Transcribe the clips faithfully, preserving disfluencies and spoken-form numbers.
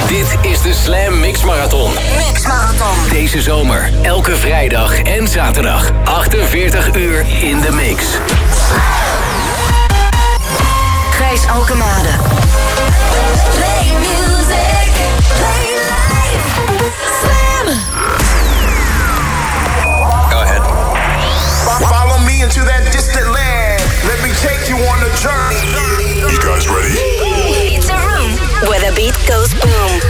Dit is de Slam Mix Marathon. Mix Marathon. Deze zomer, elke vrijdag en zaterdag. achtenveertig uur in de mix. Gijs Alkemade. Play music. Play life. Slam. Go ahead. Follow me into that distant land. Let me take you on a journey. You guys ready? It's a room where the beat goes boom.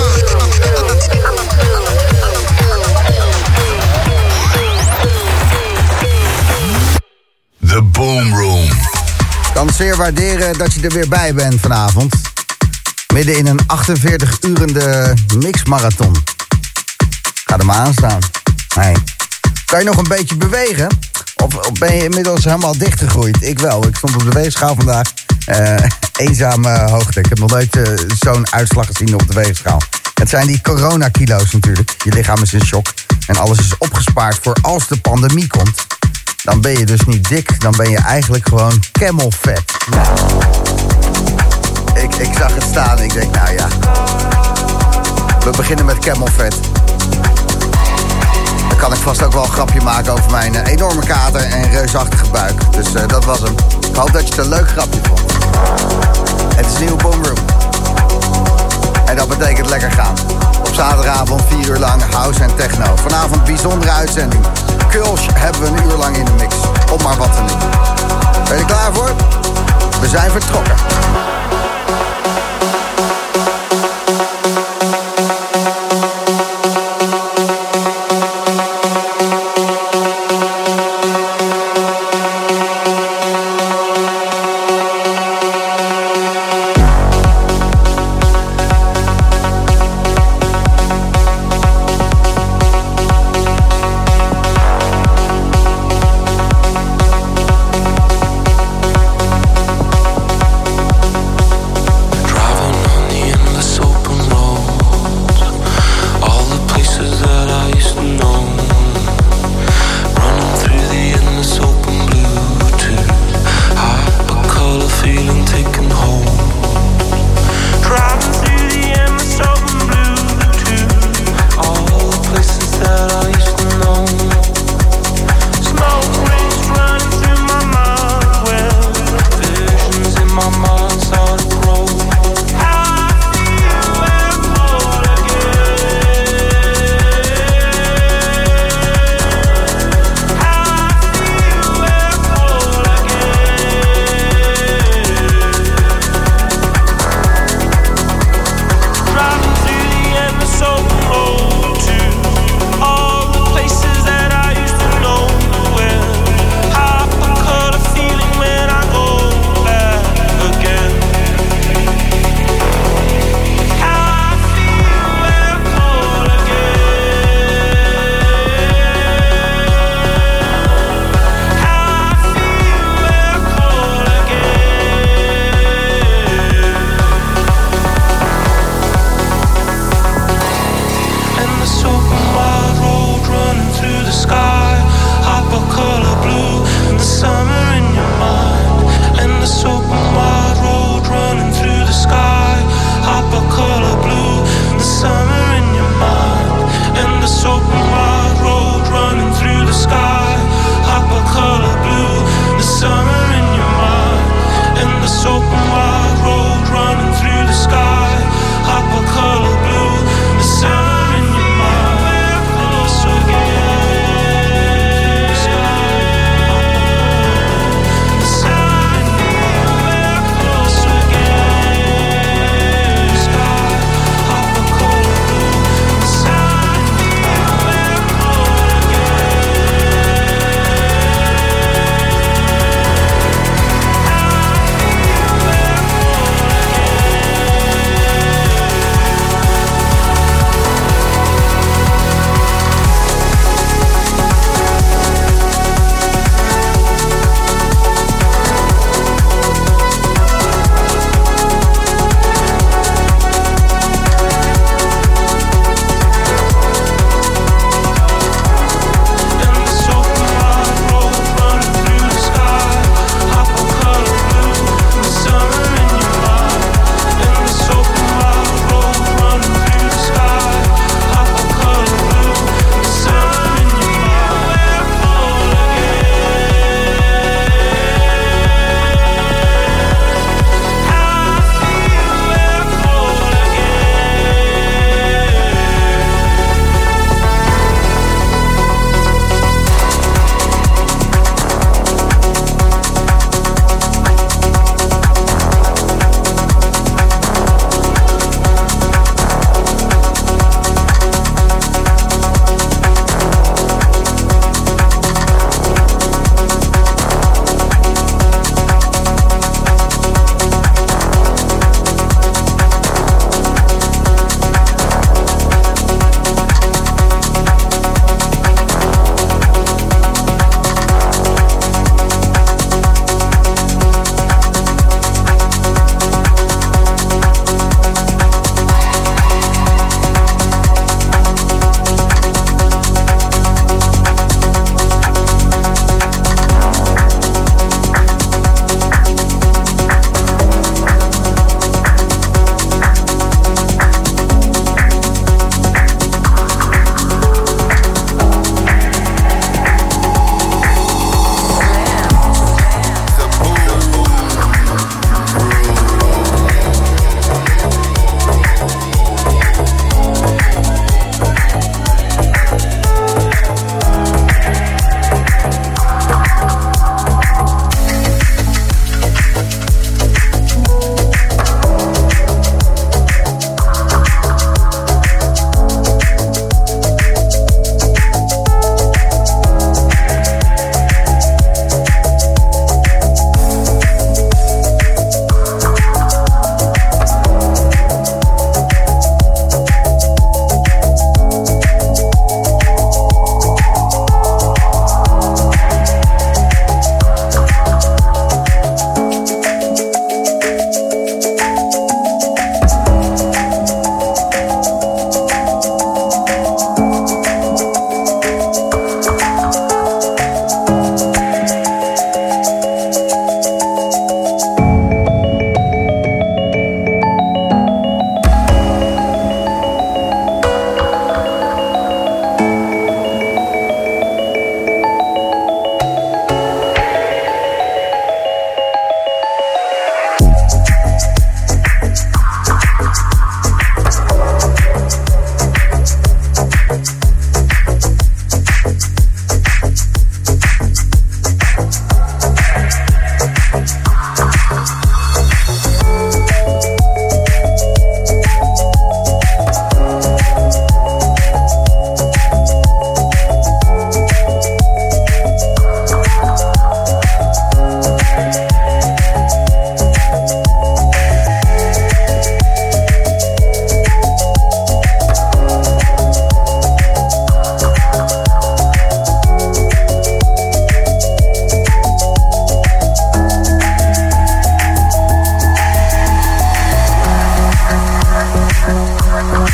The Boom Room. Ik kan zeer waarderen dat je er weer bij bent vanavond. Midden in een achtenveertig-urende mixmarathon. Ga er maar aan staan. Nee. Kan je nog een beetje bewegen? Of, of ben je inmiddels helemaal dichtgegroeid? Ik wel. Ik stond op de weegschaal vandaag. Uh, eenzame hoogte. Ik heb nog nooit uh, zo'n uitslag gezien op de weegschaal. Het zijn die coronakilo's natuurlijk. Je lichaam is in shock. En alles is opgespaard voor als de pandemie komt. Dan ben je dus niet dik. Dan ben je eigenlijk gewoon camel fat. Nou. Ik, ik zag het staan. Ik denk, nou ja. We beginnen met camel fat. Dan kan ik vast ook wel een grapje maken over mijn uh, enorme kater en reusachtige buik. Dus uh, dat was hem. Ik hoop dat je het een leuk grapje vond. Het is een nieuwe Boom Room. En dat betekent lekker gaan. Op zaterdagavond vier uur lang house en techno. Vanavond bijzondere uitzending. Kulsch hebben we een uur lang in de mix. Om maar wat te noemen. Ben je er klaar voor? We zijn vertrokken.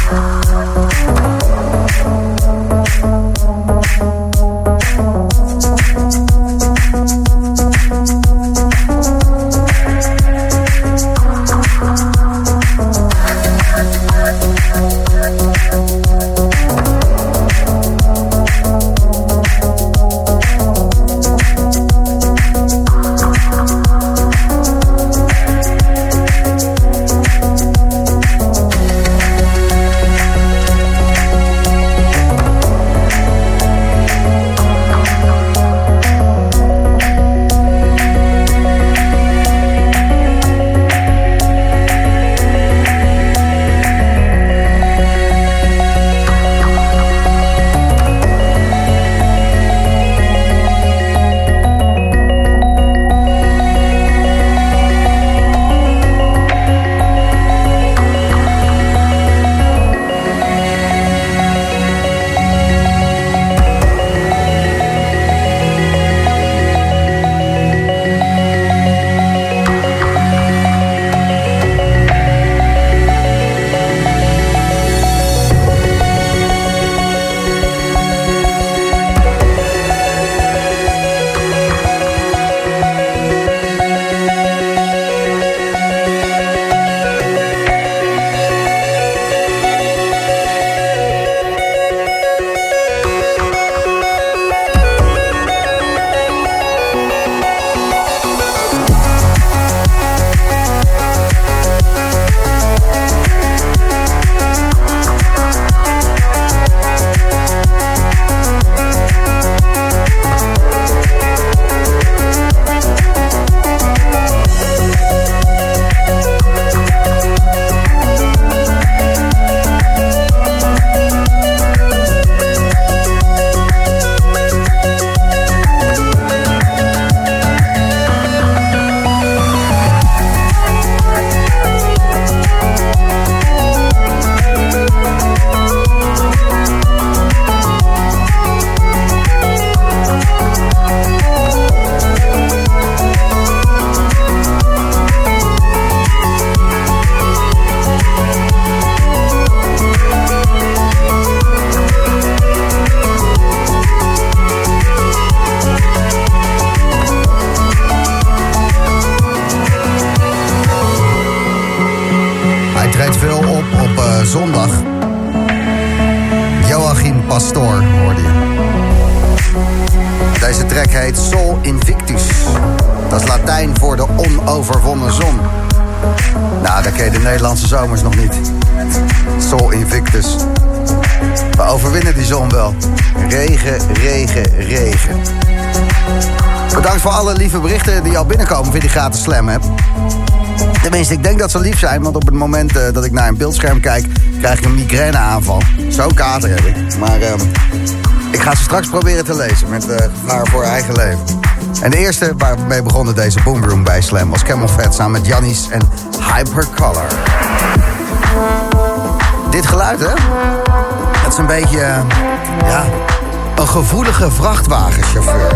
zondag. Joachim Pastoor hoorde je. Deze track heet Sol Invictus. Dat is Latijn voor de onoverwonnen zon. Nou, dat ken je de Nederlandse zomers nog niet. Sol Invictus. We overwinnen die zon wel. Regen, regen, regen. Bedankt voor alle lieve berichten die al binnenkomen via die gratis slam app. Tenminste, ik denk dat ze lief zijn, want op het moment uh, dat ik naar een beeldscherm kijk, krijg ik een migraineaanval. Zo'n kater heb ik. Maar uh, ik ga ze straks proberen te lezen met uh, gevaar voor eigen leven. En de eerste waar we mee begonnen deze Boomroom bij Slam was Camel Fat samen met Jannies en Hypercolor. Dit geluid, hè? Dat is een beetje, uh, ja, een gevoelige vrachtwagenchauffeur.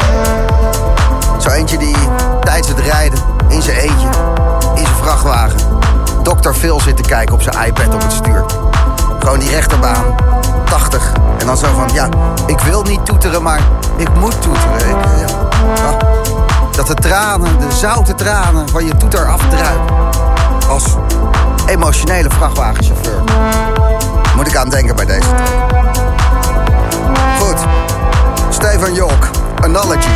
Zo eentje die tijdens het rijden, in zijn eentje, in zijn vrachtwagen, dokter Phil zit te kijken op zijn iPad op het stuur. Gewoon die rechterbaan, tachtig. En dan zo van, ja, ik wil niet toeteren, maar ik moet toeteren. Ik, ja, dat de tranen, de zoute tranen van je toeter afdruipen. Als emotionele vrachtwagenchauffeur. Moet ik aan denken bij deze track. Goed. Stefan Jolk, Analogy.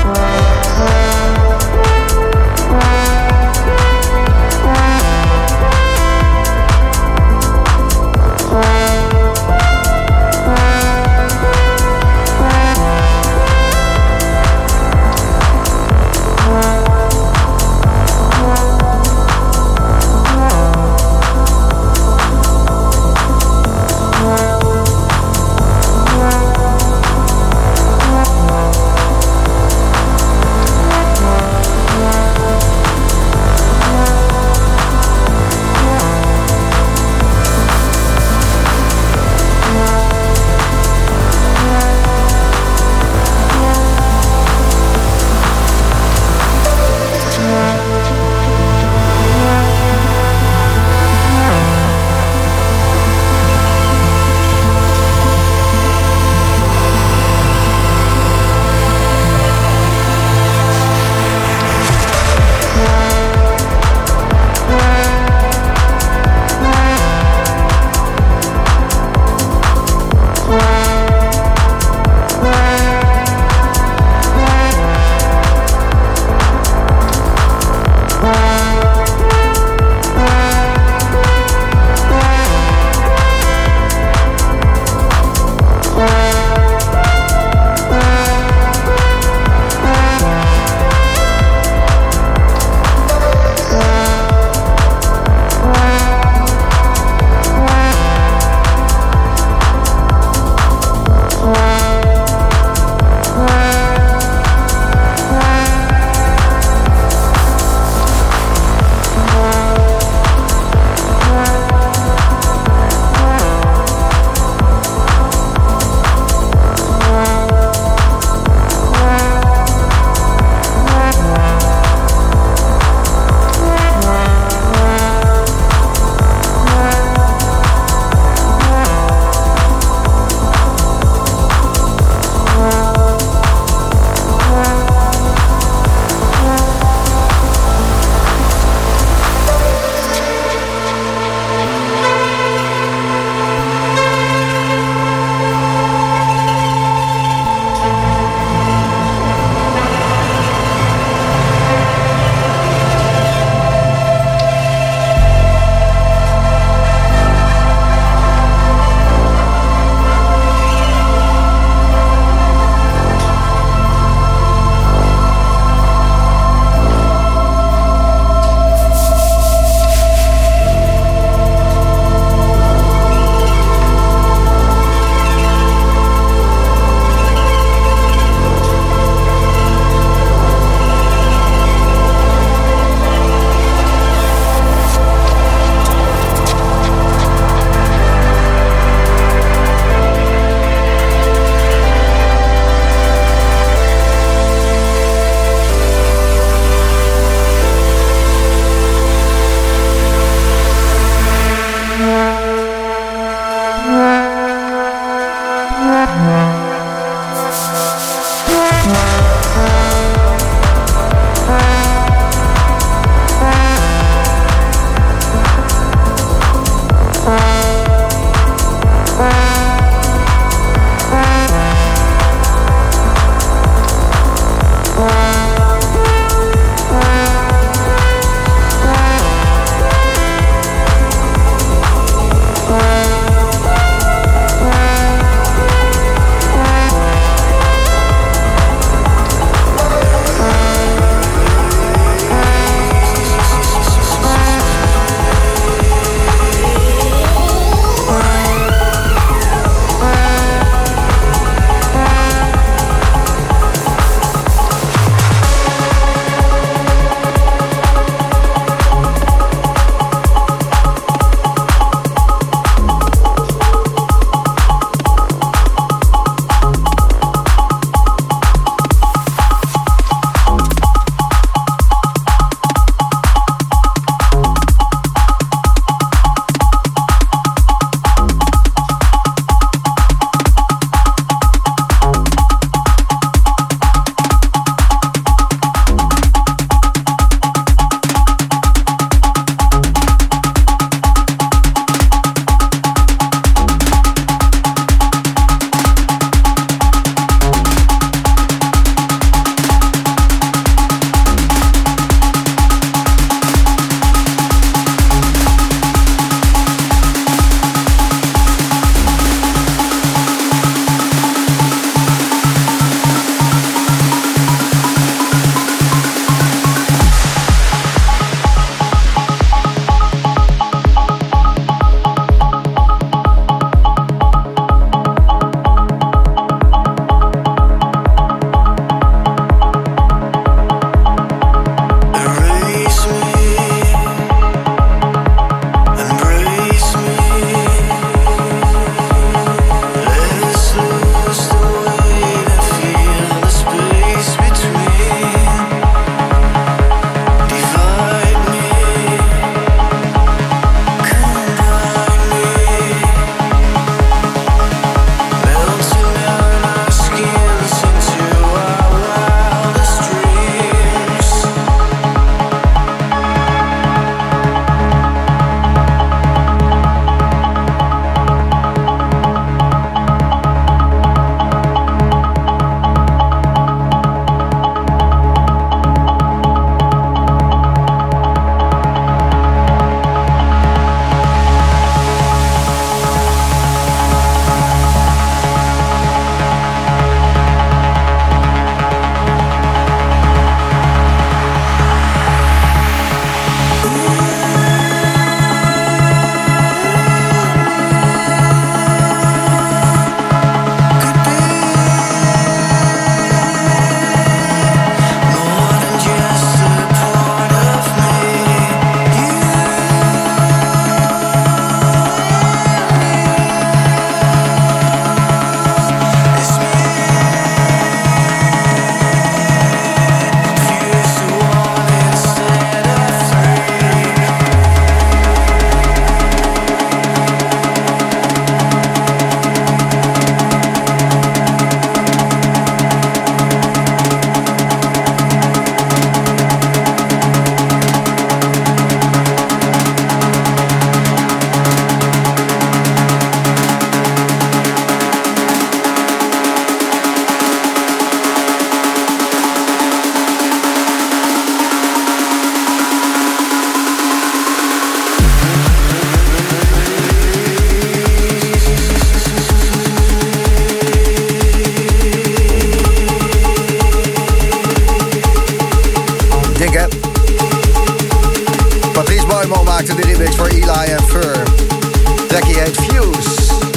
maakte de remix voor Eli en Fur. Trekkie heet Fuse.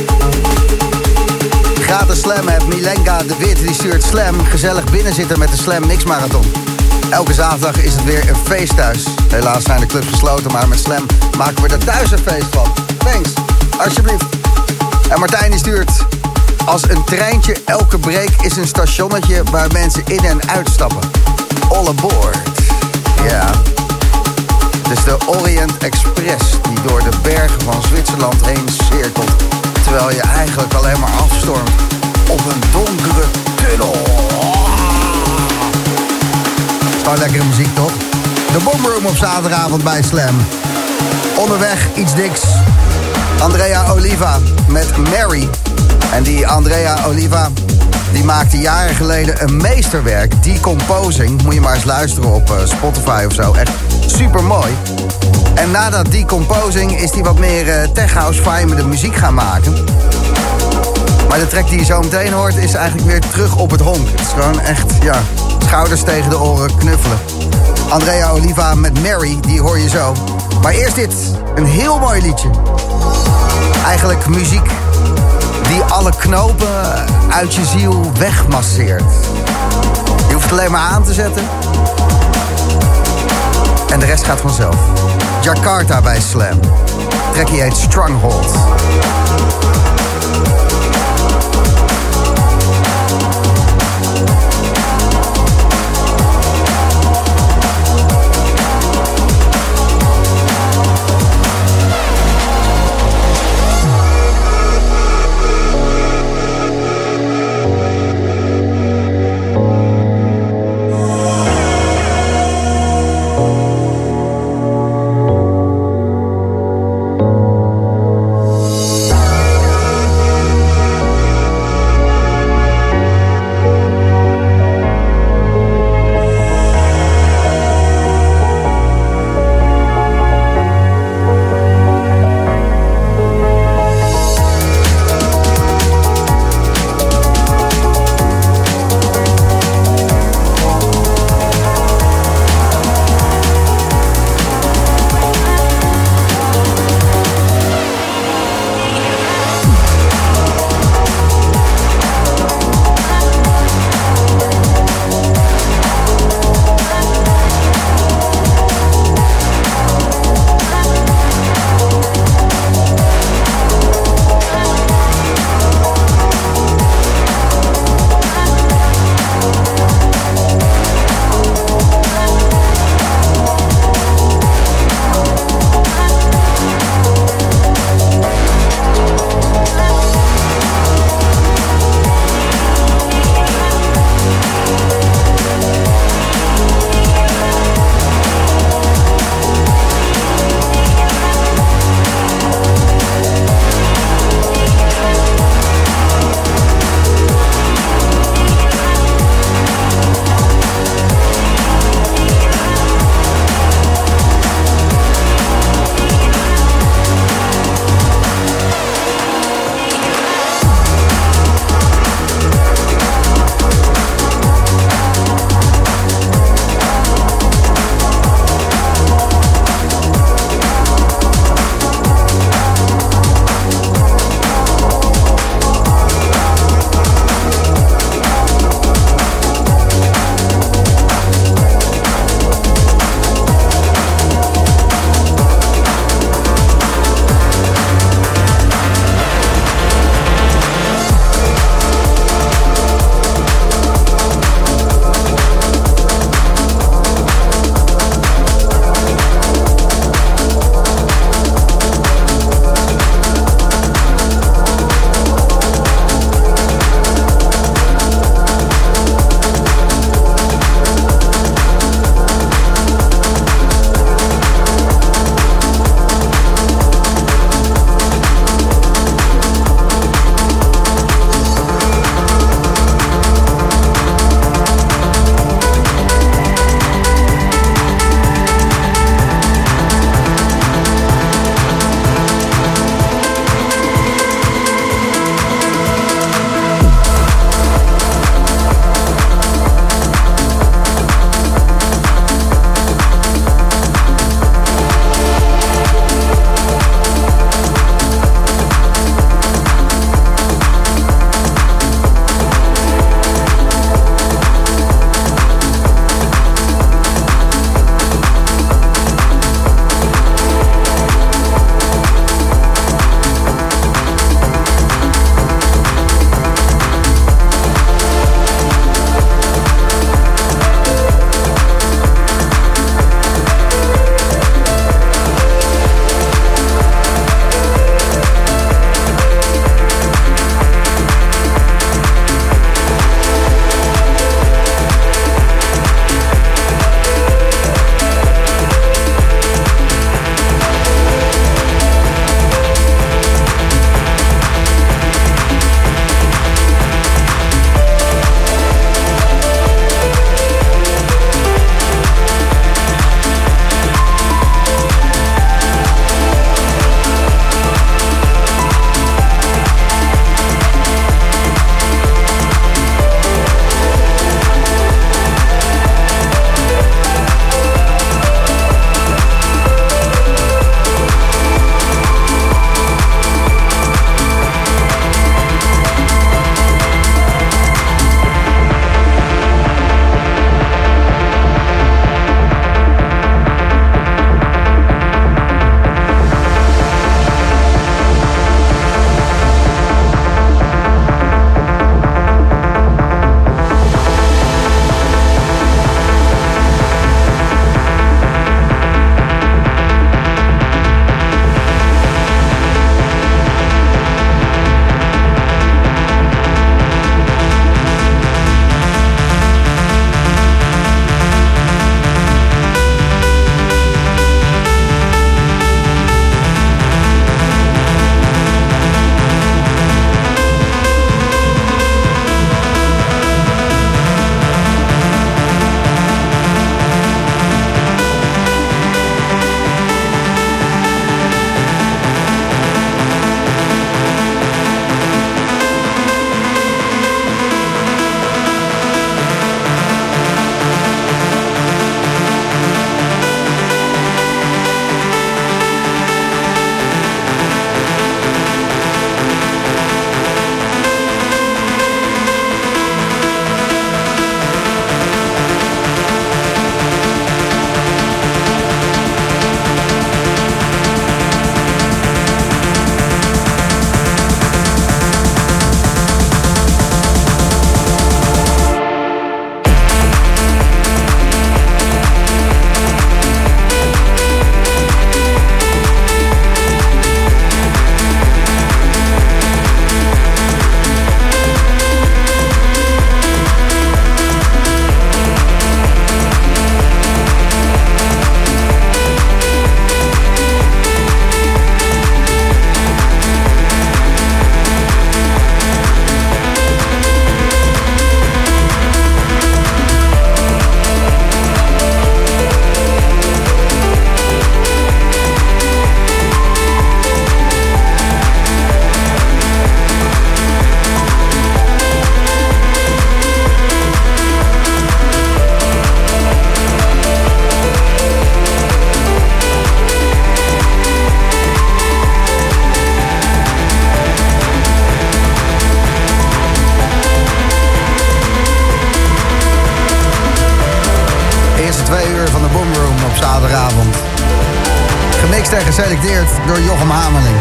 Gratis Slam heeft Milenka de Wit. Die stuurt Slam gezellig binnenzitten met de Slam Mix Marathon. Elke zaterdag is het weer een feest thuis. Helaas zijn de clubs gesloten, maar met Slam maken we er thuis een feest van. Thanks, alsjeblieft. En Martijn die stuurt... Als een treintje elke break is een stationnetje waar mensen in en uitstappen. All aboard. Ja. Het is de Orient Express die door de bergen van Zwitserland heen cirkelt. Terwijl je eigenlijk alleen maar afstormt op een donkere tunnel. Gewoon lekkere muziek, toch? De Boomroom op zaterdagavond bij Slam. Onderweg iets diks. Andrea Oliva met Mary. En die Andrea Oliva, die maakte jaren geleden een meesterwerk. Decomposing, moet je maar eens luisteren op uh, Spotify of zo. Echt super mooi. En na dat Decomposing is hij wat meer uh, tech house vibe muziek gaan maken. Maar de track die je zo meteen hoort is eigenlijk weer terug op het honk. Het is gewoon echt, ja, schouders tegen de oren knuffelen. Andrea Oliva met Mary, die hoor je zo. Maar eerst dit, een heel mooi liedje. Eigenlijk muziek die alle knopen uit je ziel wegmasseert. Je hoeft het alleen maar aan te zetten. En de rest gaat vanzelf. Jakarta bij Slam. Trekkie heet Stronghold. geselecteerd door Jochem Hameling.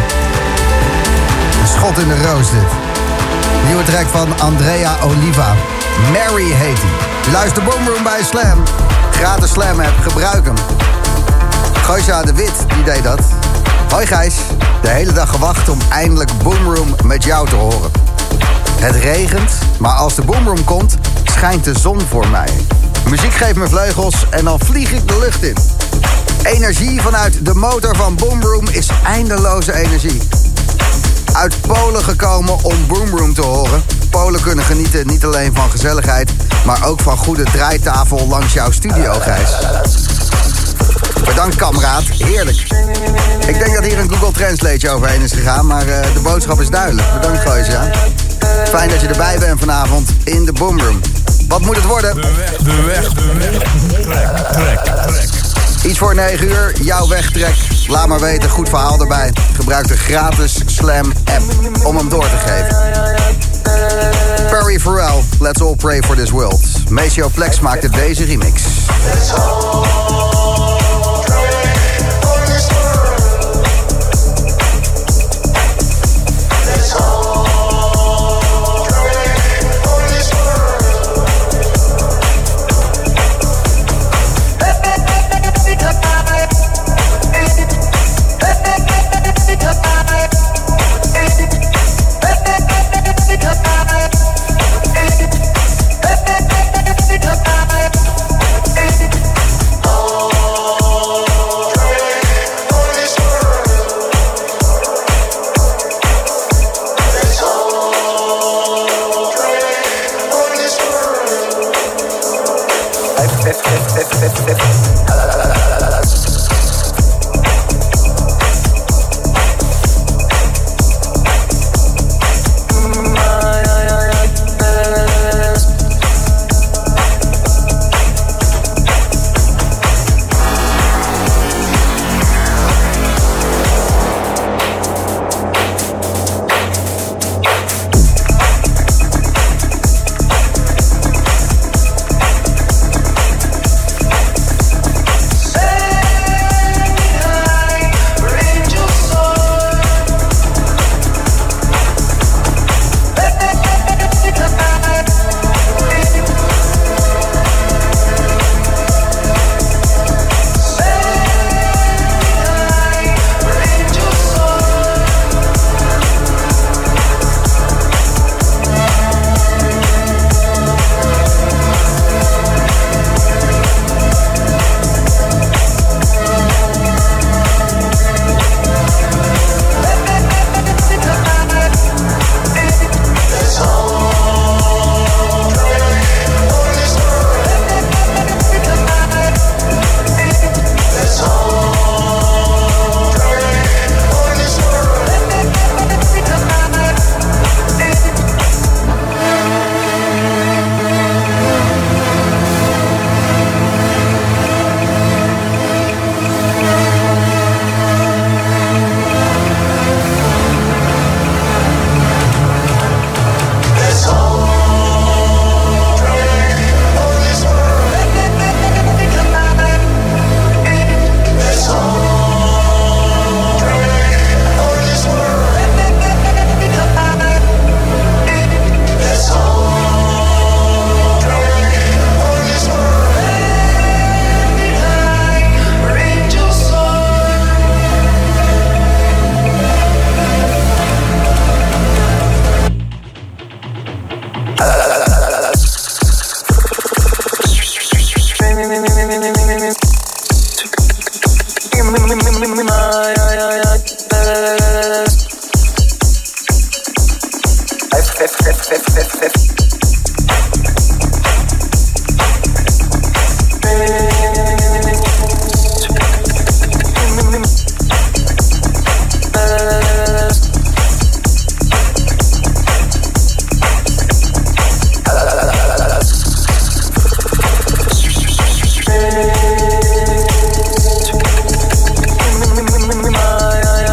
Een schot in de roos dit. Nieuwe track van Andrea Oliva. Mary heet hij. Luister Boomroom bij Slam. Gratis Slam app, gebruik hem. Gosia de Wit, die deed dat. Hoi Gijs, de hele dag gewacht om eindelijk Boomroom met jou te horen. Het regent, maar als de Boomroom komt, schijnt de zon voor mij. Muziek geeft me vleugels en dan vlieg ik de lucht in. Energie vanuit de motor van Boomroom is eindeloze energie. Uit Polen gekomen om Boomroom te horen. Polen kunnen genieten niet alleen van gezelligheid, maar ook van goede draaitafel langs jouw studio, Gijs. Bedankt, kameraad. Heerlijk. Ik denk dat hier een Google Translate overheen is gegaan, maar uh, de boodschap is duidelijk. Bedankt, Gosia. Fijn dat je erbij bent vanavond in de Boomroom. Wat moet het worden? De weg, de weg, de weg. Trek, trek, trek. Iets voor negen uur, jouw wegtrek. Laat maar weten, goed verhaal erbij. Gebruik de gratis Slam app om hem door te geven. Perry Farrell, Let's All Pray for This World. Maceo Plex maakte deze remix.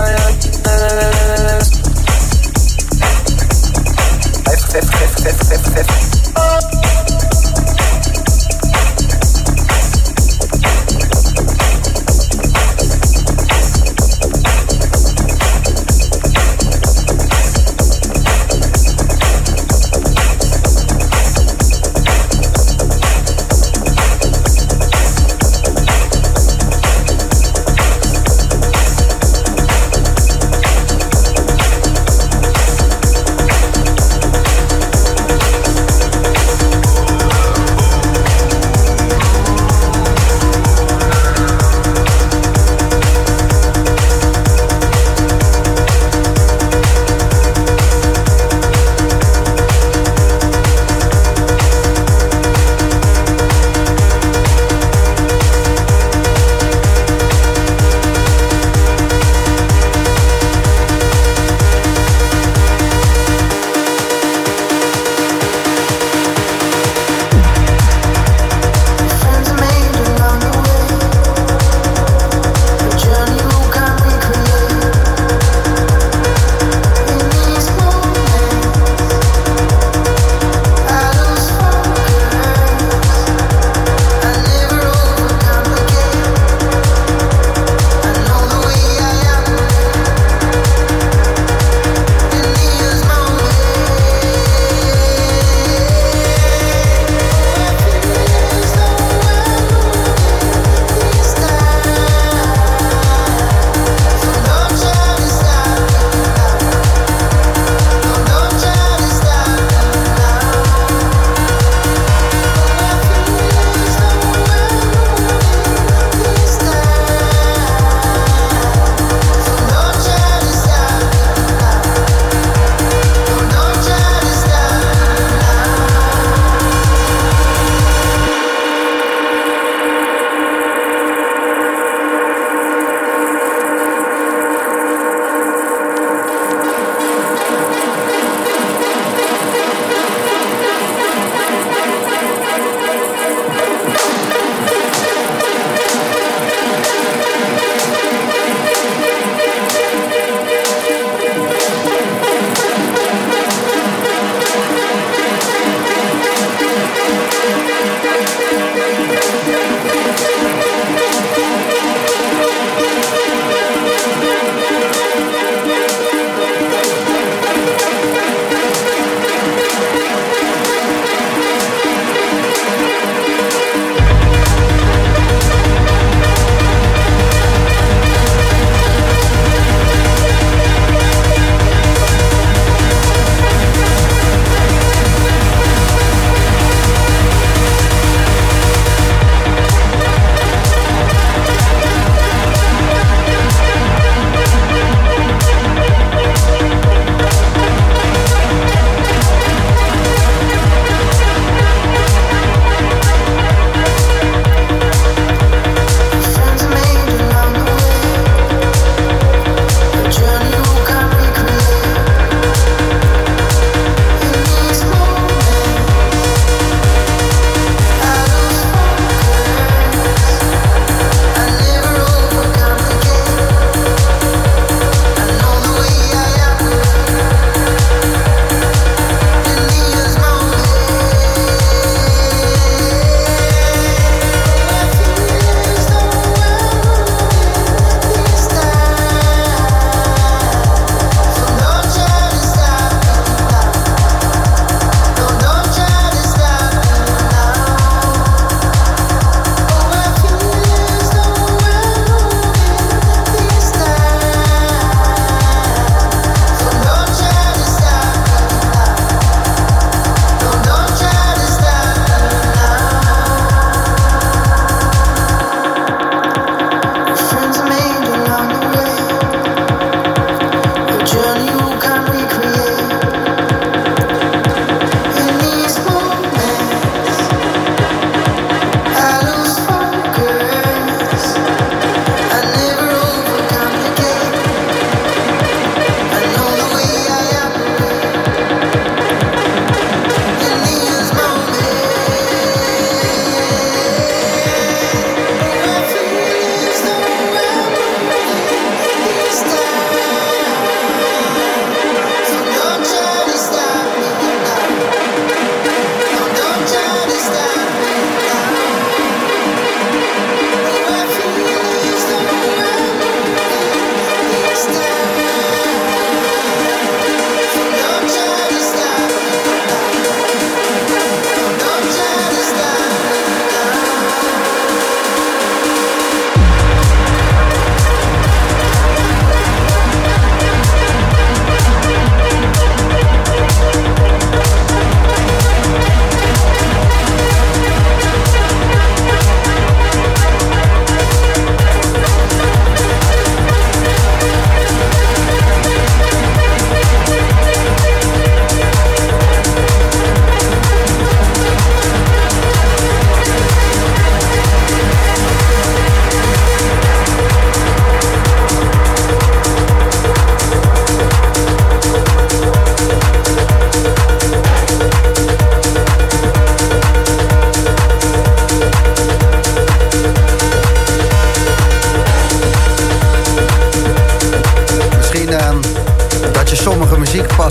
F, F, F, F, F.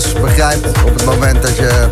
pas begrijpt op het moment dat je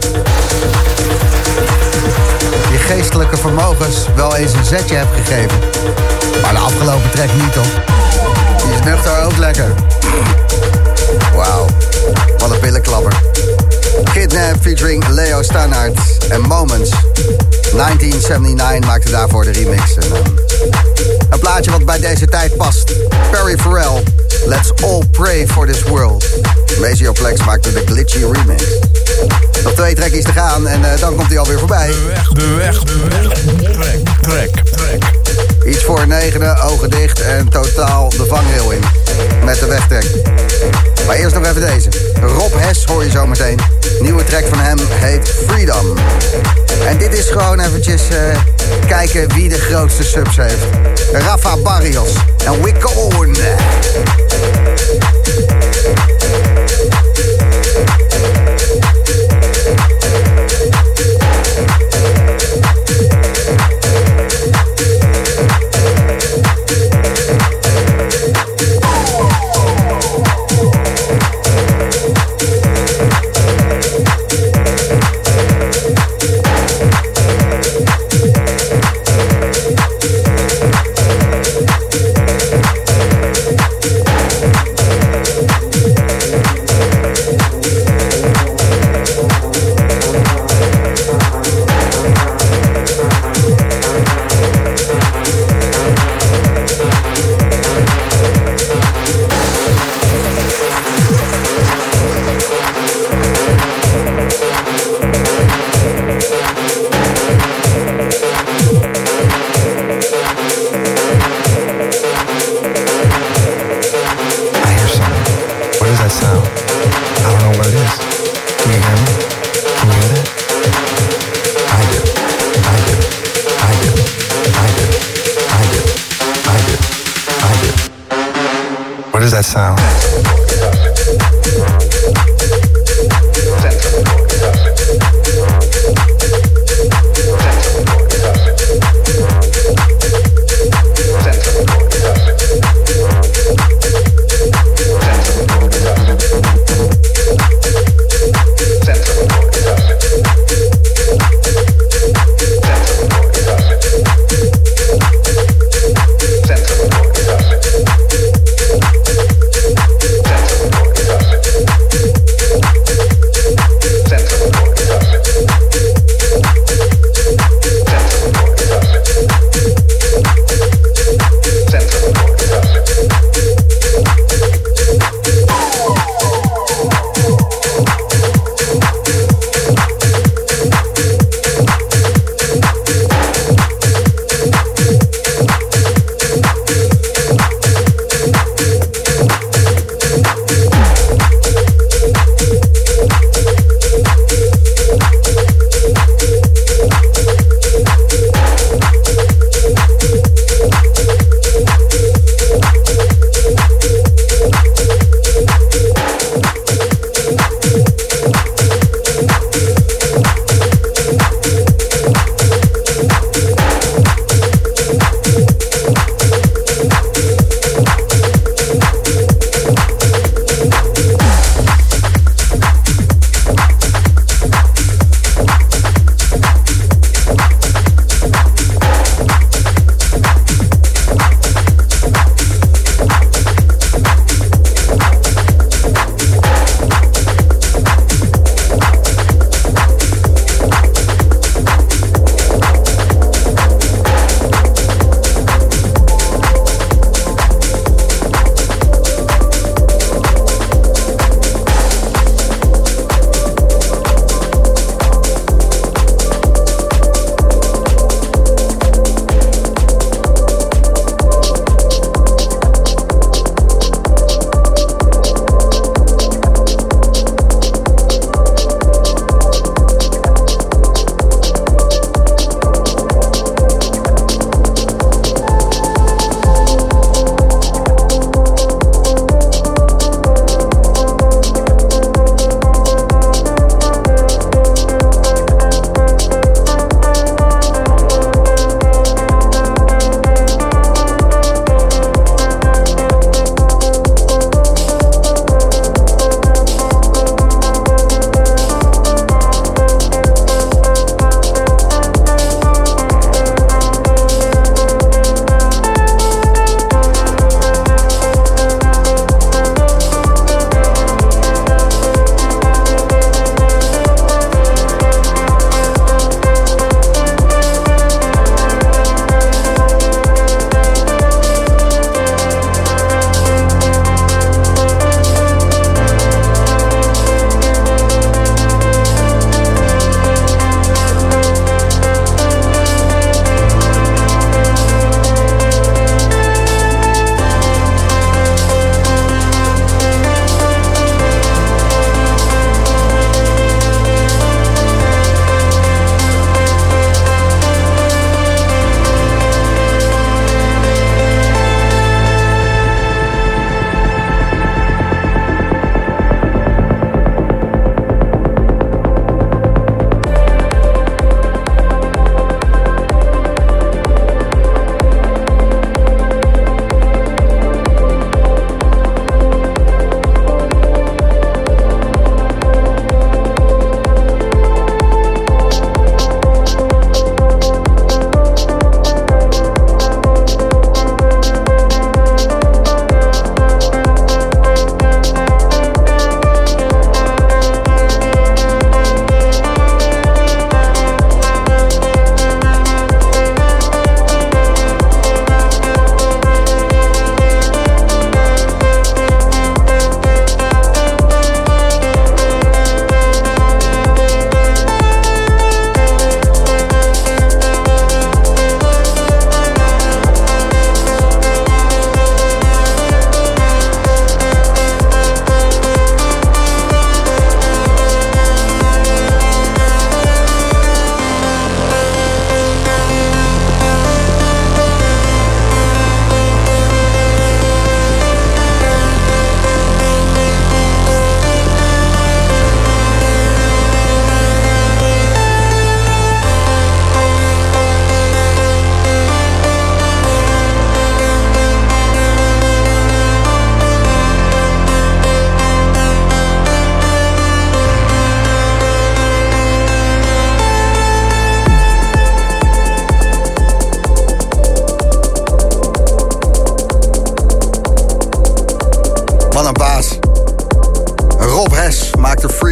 je geestelijke vermogens wel eens een zetje hebt gegeven. Maar de afgelopen track niet, toch? Die is nuchter ook lekker. Wauw, wat een billenklapper. Kidnap featuring Leo Stannard en Moments. negentien zevenennegentig maakte daarvoor de remix. En, uh, een plaatje wat bij deze tijd past. Perry Farrell, Let's All Pray for This World. Mezioplex maakte de glitchy remix. Nog twee trekjes te gaan en uh, dan komt hij alweer voorbij. De weg, de weg, de weg. Trek, trek, trek. Iets voor negenen, ogen dicht en totaal de vangrail in. Met de wegtrek. Maar eerst nog even deze. Rob Hes hoor je zo meteen. Nieuwe track van hem heet Freedom. En dit is gewoon eventjes uh, kijken wie de grootste subs heeft. Rafa Barrios en Wicon.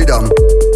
dan?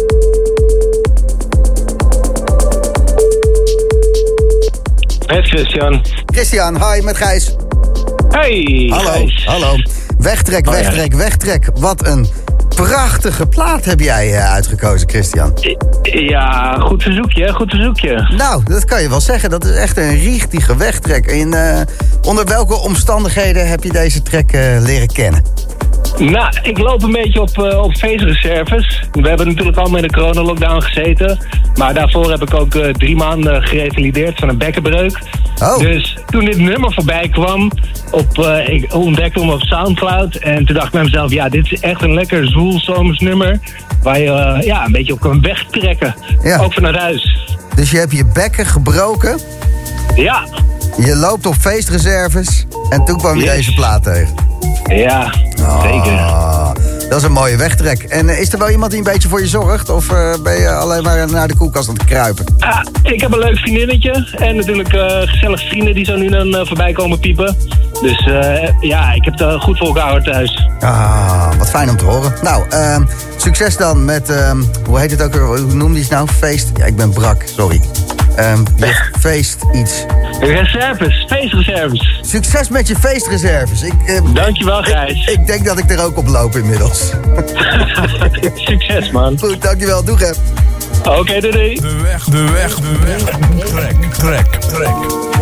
Met Christian. Christian, hi, met Gijs. Hey, Hallo, Gijs. hallo. Wegtrek, Oh, ja. wegtrek, wegtrek. Wat een prachtige plaat heb jij uh, uitgekozen, Christian. Ja, goed verzoekje, goed verzoekje. Nou, dat kan je wel zeggen. Dat is echt een richtige wegtrek. En, uh, onder welke omstandigheden heb je deze track uh, leren kennen? Nou, ik loop een beetje op, uh, op feestreserves. We hebben natuurlijk allemaal in de coronalockdown gezeten. Maar daarvoor heb ik ook uh, drie maanden gerevalideerd van een bekkenbreuk. Oh. Dus toen dit nummer voorbij kwam, op, uh, ik ontdekte hem op Soundcloud. En toen dacht ik bij mezelf, ja, dit is echt een lekker zwoel zomers nummer. Waar je uh, ja, een beetje op kan wegtrekken. Ja. Ook vanuit huis. Dus je hebt je bekken gebroken. Ja, Je loopt op feestreserves. En toen kwam je Yes. deze plaat tegen. ja, zeker. Ah, dat is een mooie wegtrek. En uh, is er wel iemand die een beetje voor je zorgt? Of uh, ben je alleen maar naar de koelkast aan het kruipen? Ah, ik heb een leuk vriendinnetje. En natuurlijk uh, gezellig vrienden die zo nu dan uh, voorbij komen piepen. Dus uh, ja, ik heb het uh, goed voor elkaar thuis. Ah, wat fijn om te horen. Nou, uh, succes dan met, uh, hoe heet het ook weer? Hoe noemde je het nou? Feest? Ja, ik ben brak, sorry. Um, je feest iets. Reserves, feestreserves. Succes met je feestreserves. Ik, uh, Dankjewel, Gijs. Ik, ik denk dat ik er ook op loop inmiddels. Succes, man. Goed, dankjewel. Doeg, hè. Oké, okay, doei, doei. De weg, de weg, de weg. Trek, trek, trek.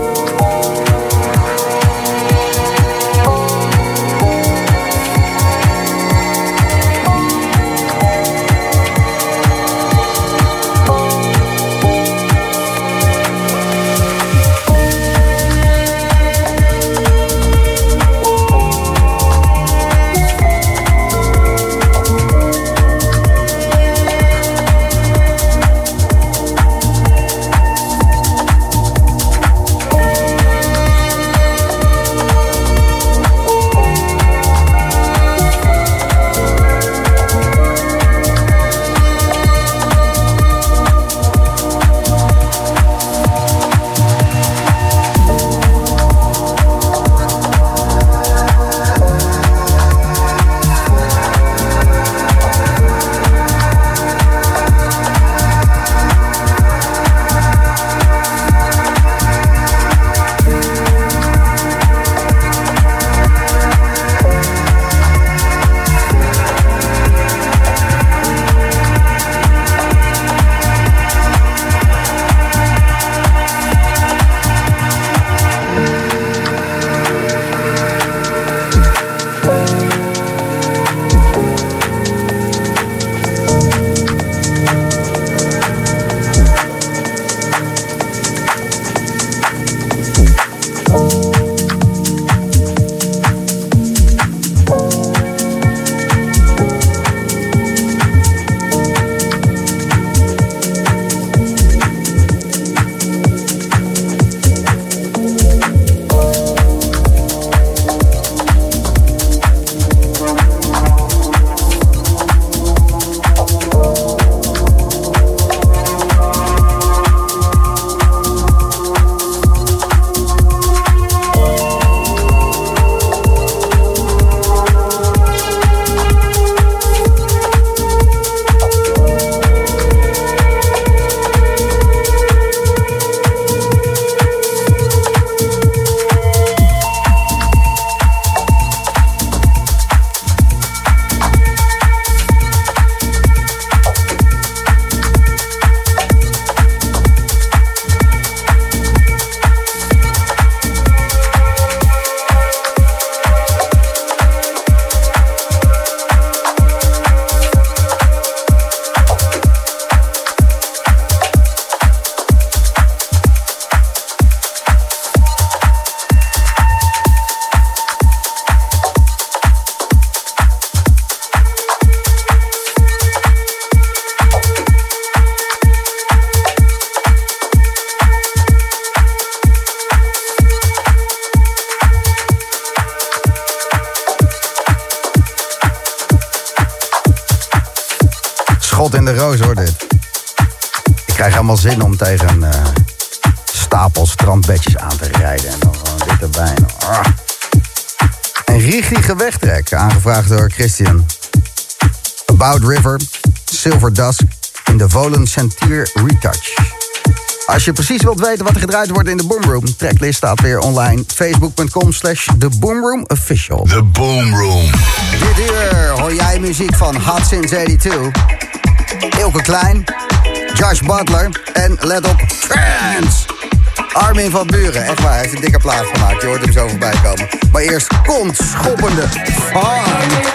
schot in de roos hoor dit. Ik krijg helemaal zin om tegen een uh, stapel strandbedjes aan te rijden. En dan gewoon dit erbij. Ah. Een richtige wegtrek, aangevraagd door Christian. About River. Silver Dusk in de Volen Centier Retouch. Als je precies wilt weten wat er gedraaid wordt in de Boomroom, tracklist staat weer online. Facebook.com slash The Boomroom Official. The Boomroom. Dit uur hoor jij muziek van Hot Since eenennegentig. Ilke Klein, Josh Butler en let op, Trance. Armin van Buren, echt waar, hij heeft een dikke plaat gemaakt. Je hoort hem zo voorbij komen. Maar eerst komt schoppende fun.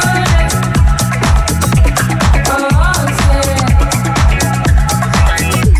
Oh,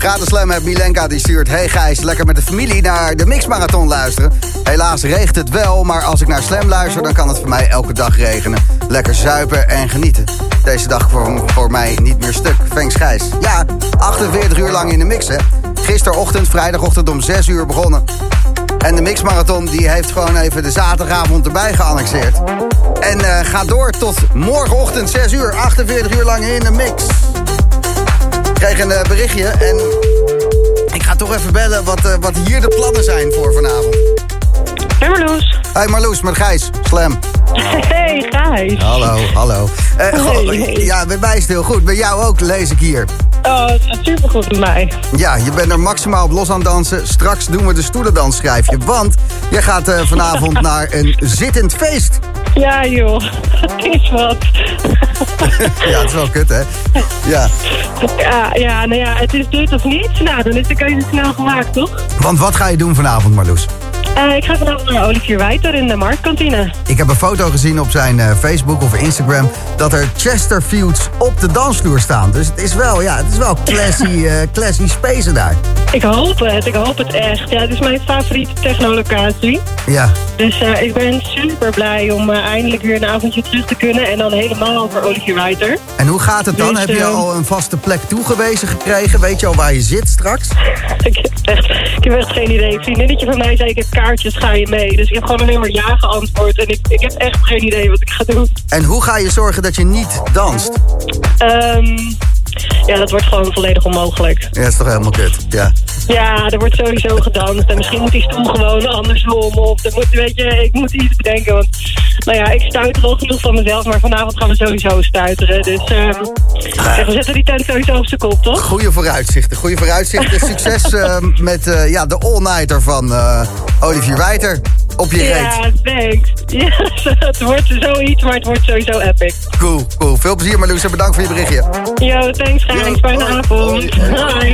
Gade Slam heeft Milenka die stuurt... Hey Gijs, lekker met de familie naar de Mixmarathon luisteren. Helaas regent het wel, maar als ik naar Slam luister... dan kan het voor mij elke dag regenen. Lekker zuipen en genieten. Deze dag voor, voor mij niet meer stuk. Thanks Gijs. Ja, achtenveertig uur lang in de mix, hè. Gisterochtend, vrijdagochtend om zes uur begonnen. En de Mixmarathon die heeft gewoon even de zaterdagavond erbij geannexeerd. En uh, gaat door tot morgenochtend zes uur. achtenveertig uur lang in de mix. Ik kreeg een uh, berichtje en ik ga toch even bellen wat, uh, wat hier de plannen zijn voor vanavond. Hey Marloes. Hey Marloes, met Gijs, Slam. Hey Gijs. Hallo, hallo. Uh, goh, Hey. Ja, bij mij is het heel goed. Bij jou ook, lees ik hier. Oh, het gaat supergoed met mij. Ja, je bent er maximaal op los aan het dansen. Straks doen we de stoelendans, schrijf je. Want je gaat uh, vanavond naar een zittend feest. Ja joh, het is wat. Ja, het is wel kut, hè? Ja. Ja, ja, nou ja, het is dit of niets. Nou, dan is de keuze snel gemaakt, toch? Want wat ga je doen vanavond, Marloes? Uh, ik ga vanavond naar Olivier Wijter in de Marktkantine. Ik heb een foto gezien op zijn uh, Facebook of Instagram... dat er Chesterfields op de dansvloer staan. Dus het is wel, ja, het is wel classy, uh, classy space daar. Ik hoop het, ik hoop het echt. Ja, het is mijn favoriete technolocatie. Ja. Dus uh, ik ben super blij om uh, eindelijk weer een avondje terug te kunnen. En dan helemaal voor Olivier Wijter. En hoe gaat het dan? Dus, heb je uh, al een vaste plek toegewezen gekregen? Weet je al waar je zit straks? ik, heb echt, ik heb echt geen idee. Een vriendinnetje van mij zei, ik heb kaartjes, ga je mee? Dus ik heb gewoon alleen maar ja geantwoord. En ik, ik heb echt geen idee wat ik ga doen. En hoe ga je zorgen dat je niet danst? Um, ja, dat wordt gewoon volledig onmogelijk. Ja, dat is toch helemaal kut, ja. Ja, er wordt sowieso gedanst. En misschien moet die stoel gewoon andersom. Of er moet, weet je, ik moet iets bedenken. Want, nou ja, ik stuiter al genoeg van mezelf. Maar vanavond gaan we sowieso stuiteren. Dus um, ja, we zetten die tent sowieso op zijn kop, toch? Goeie vooruitzichten, goede vooruitzichten. Succes uh, met uh, ja, de all-nighter van uh, Olivier Wijter op je reet. Ja, thanks. Ja, het wordt zoiets, maar het wordt sowieso epic. Cool, cool. Veel plezier Marloes en bedankt voor je berichtje. Yo, thanks Gijs. Fijne avond. Hi.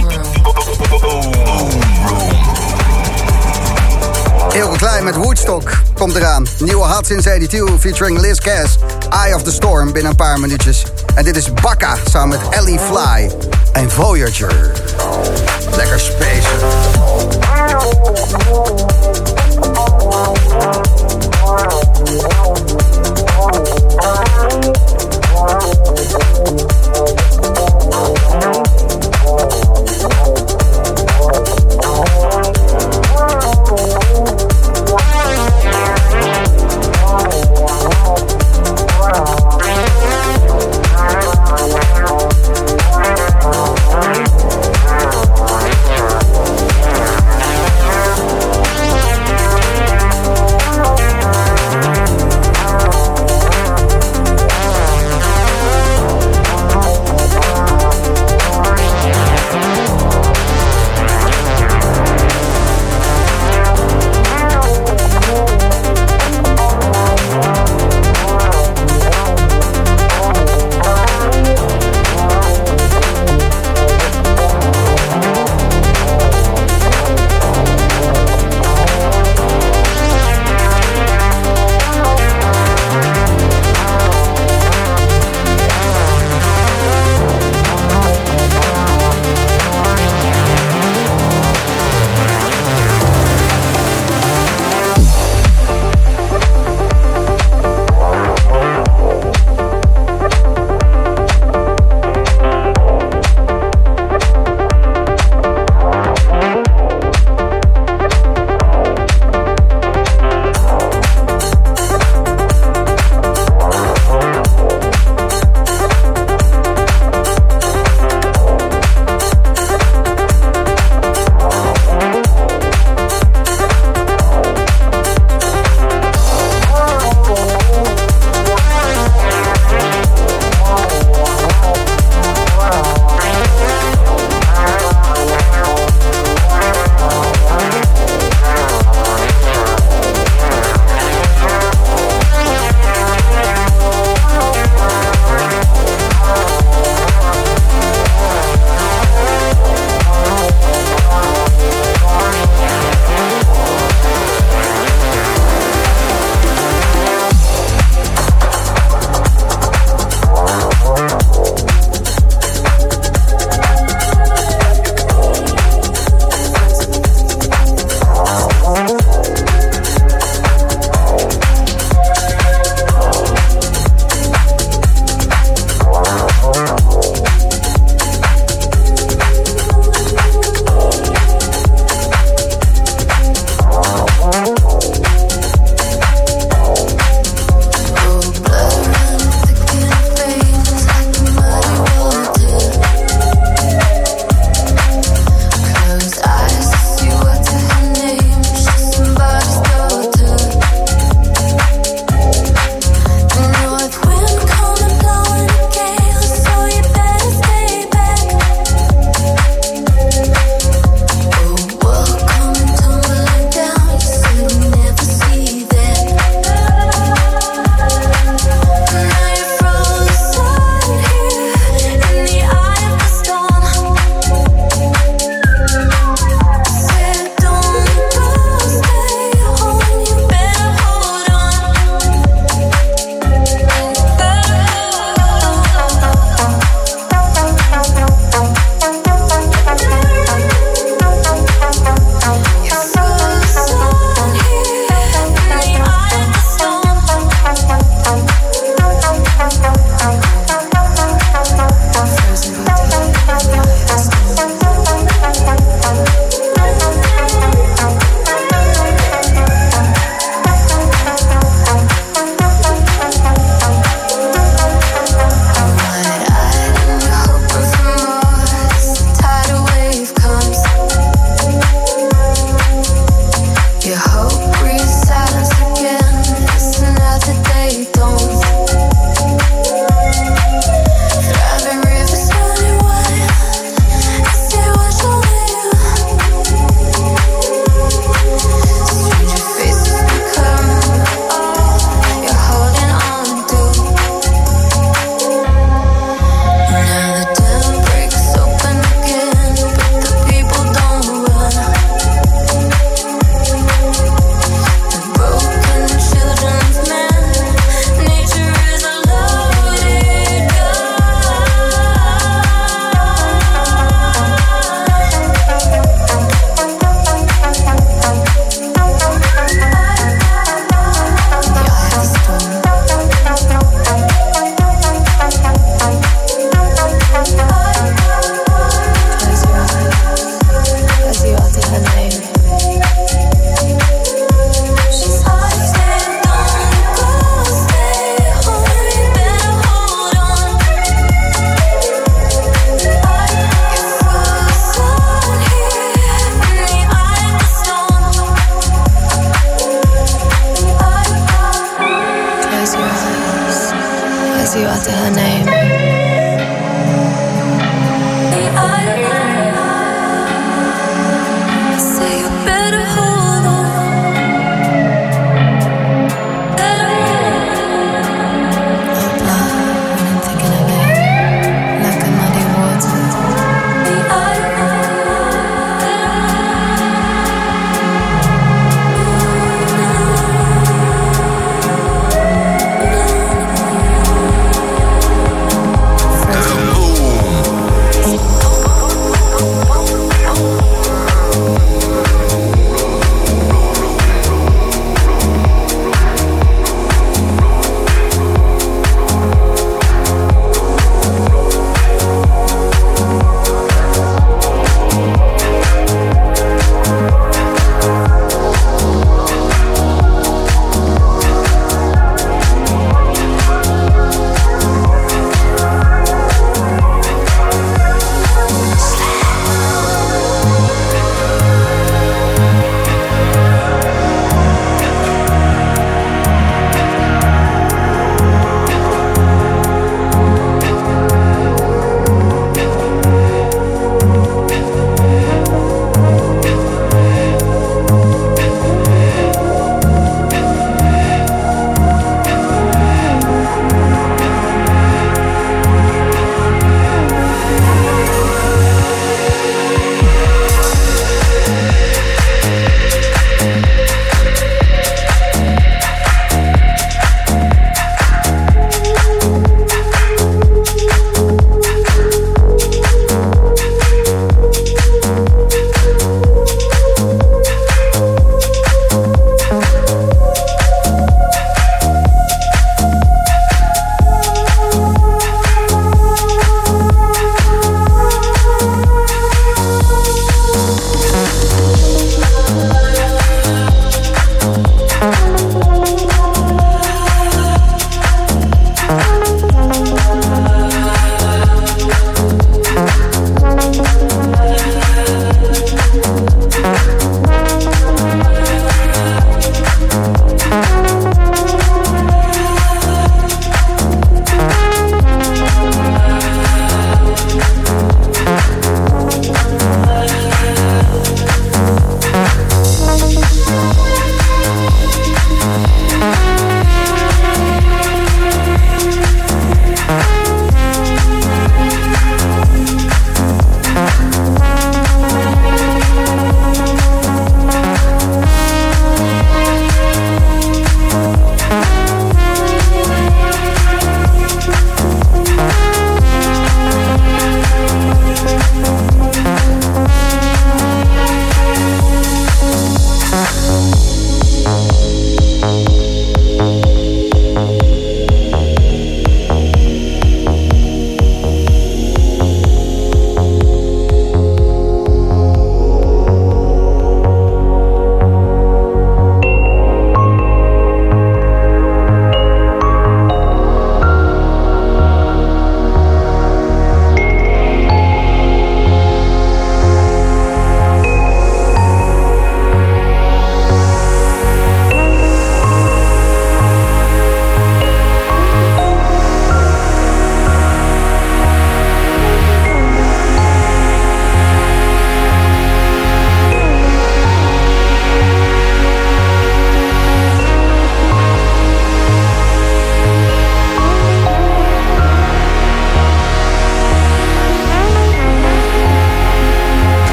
Ilke Klein met Woodstock komt eraan. Nieuwe hot since eenennegentig featuring Liz Cass. Eye of the Storm binnen een paar minuutjes. En dit is Bakka samen met Ellie Fly en Voyager. Lekker space.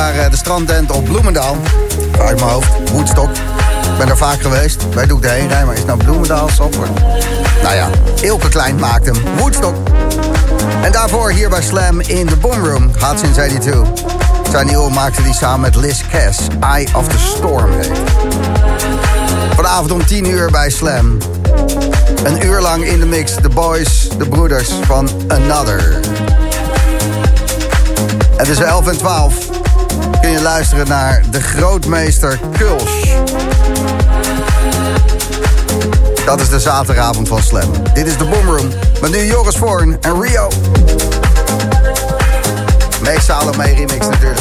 naar uh, de strandtent op Bloemendaal. Uit mijn hoofd, Woodstock. Ik ben er vaak geweest. Wij doe ik erheen rijden, maar is nou Bloemendaal, Zandvoort? Nou ja, Ilke Klein maakt hem. Woodstock. En daarvoor hier bij Slam in de Boomroom. Gaat sinds eenennegentig. Zijn nieuwe maakte die samen met Liz Cass. Eye of the Storm heet. Vanavond om tien uur bij Slam. Een uur lang in de mix. De boys, de broeders van Another. En tussen elf en twaalf kun je luisteren naar de grootmeester Kulsch. Dat is de zaterdagavond van Slam. Dit is de Boomroom met nu Joris Voorn en Rio. Meek Salome remix natuurlijk.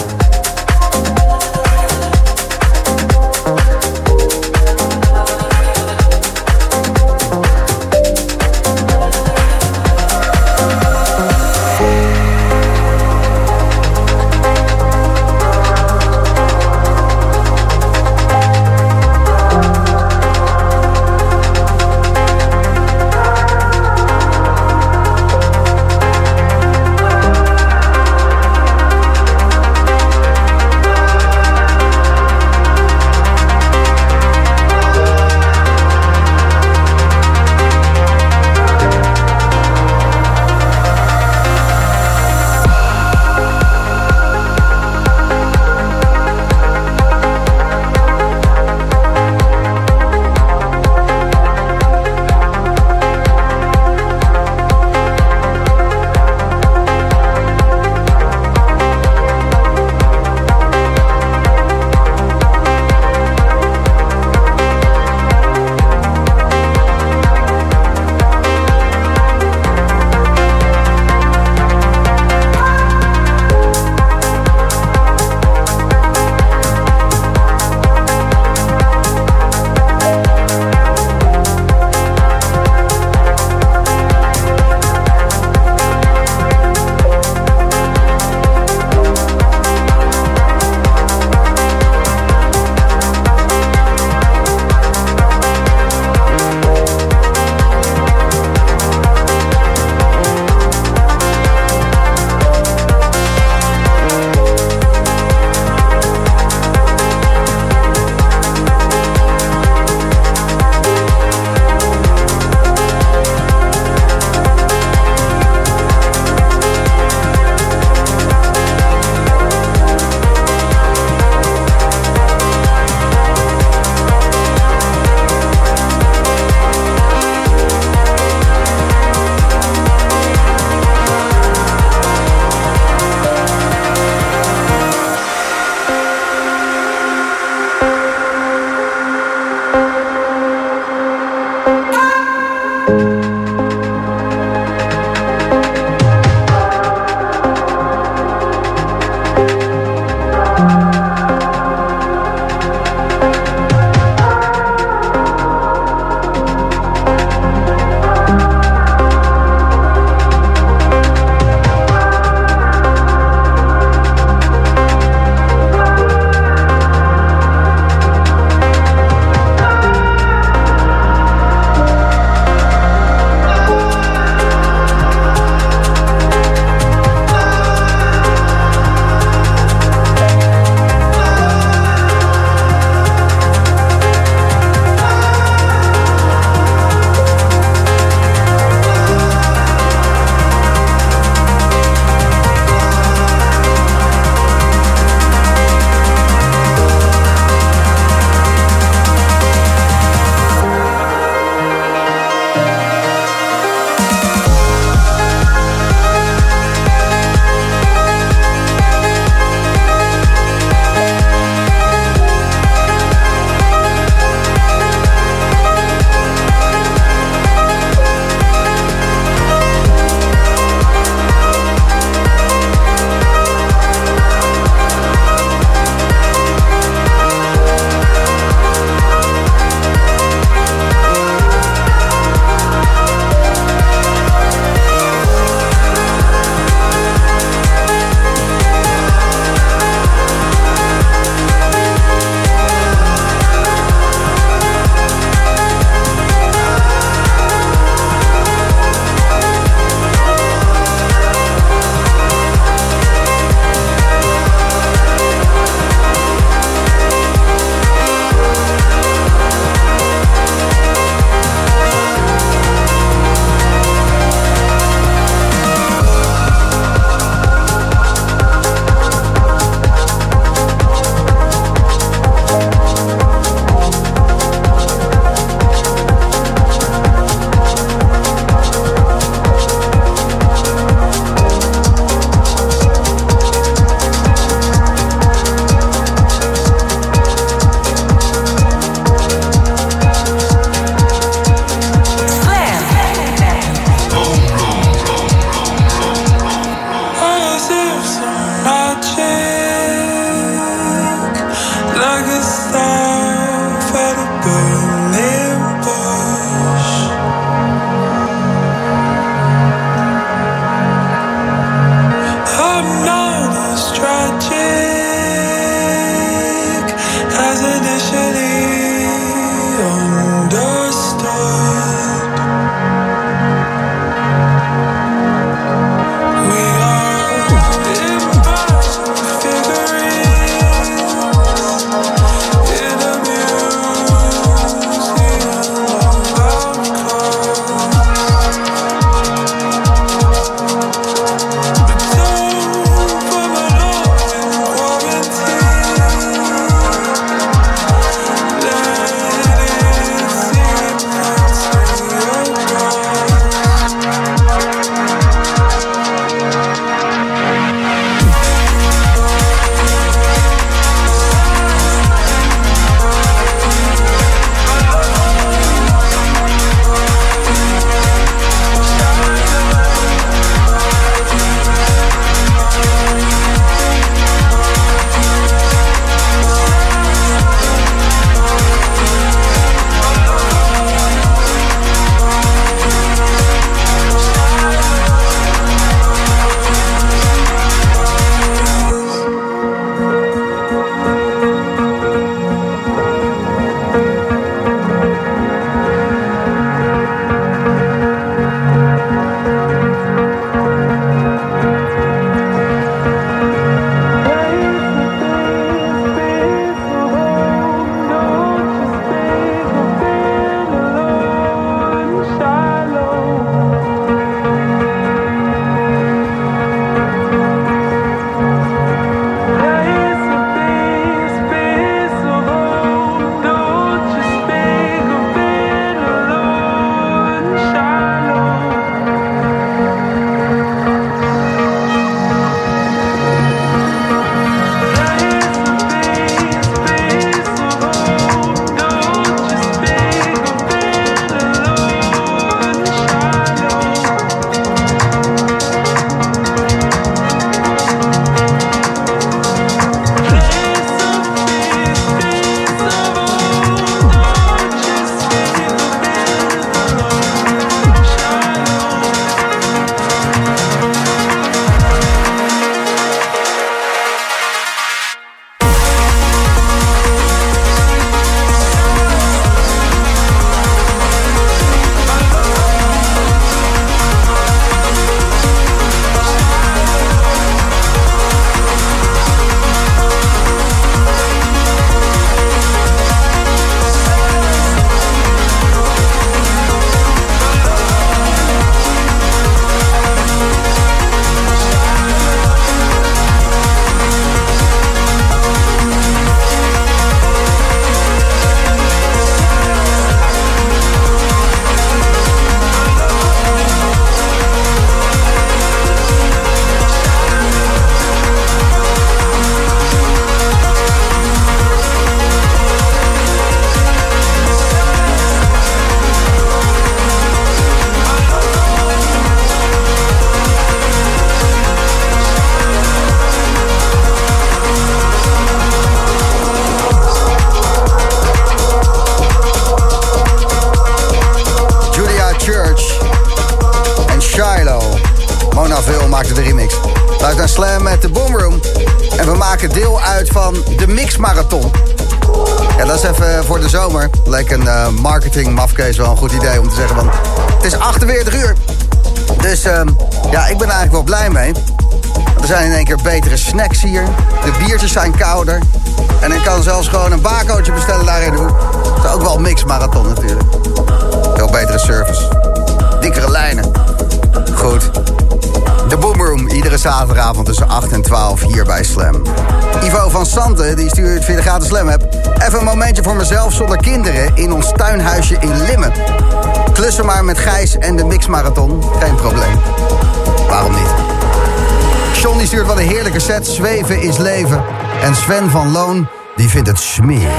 Luister naar Slam met de Boomroom. En we maken deel uit van de Mix Marathon. Ja, dat is even voor de zomer. Leek een uh, marketing mafkees wel een goed idee om te zeggen, want het is achtenveertig uur. Dus uh, ja, ik ben eigenlijk wel blij mee. Er zijn in één keer betere snacks hier. De biertjes zijn kouder. En ik kan zelfs gewoon een bakootje bestellen daar in de hoek. Dat is ook wel een Mix Marathon natuurlijk. Veel betere service. Dikkere lijnen. Goed. De Boomroom, iedere zaterdagavond tussen acht en twaalf hier bij Slam. Ivo van Santen, die stuurt via de gratis Slam app. Even een momentje voor mezelf zonder kinderen in ons tuinhuisje in Limmen. Klussen maar met Gijs en de Mix Marathon. Geen probleem. Waarom niet? John die stuurt wat een heerlijke set. Zweven is leven. En Sven van Loon, die vindt het smerig.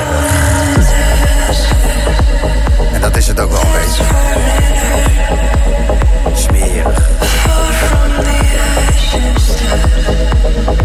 En dat is het ook wel een beetje. Smerig.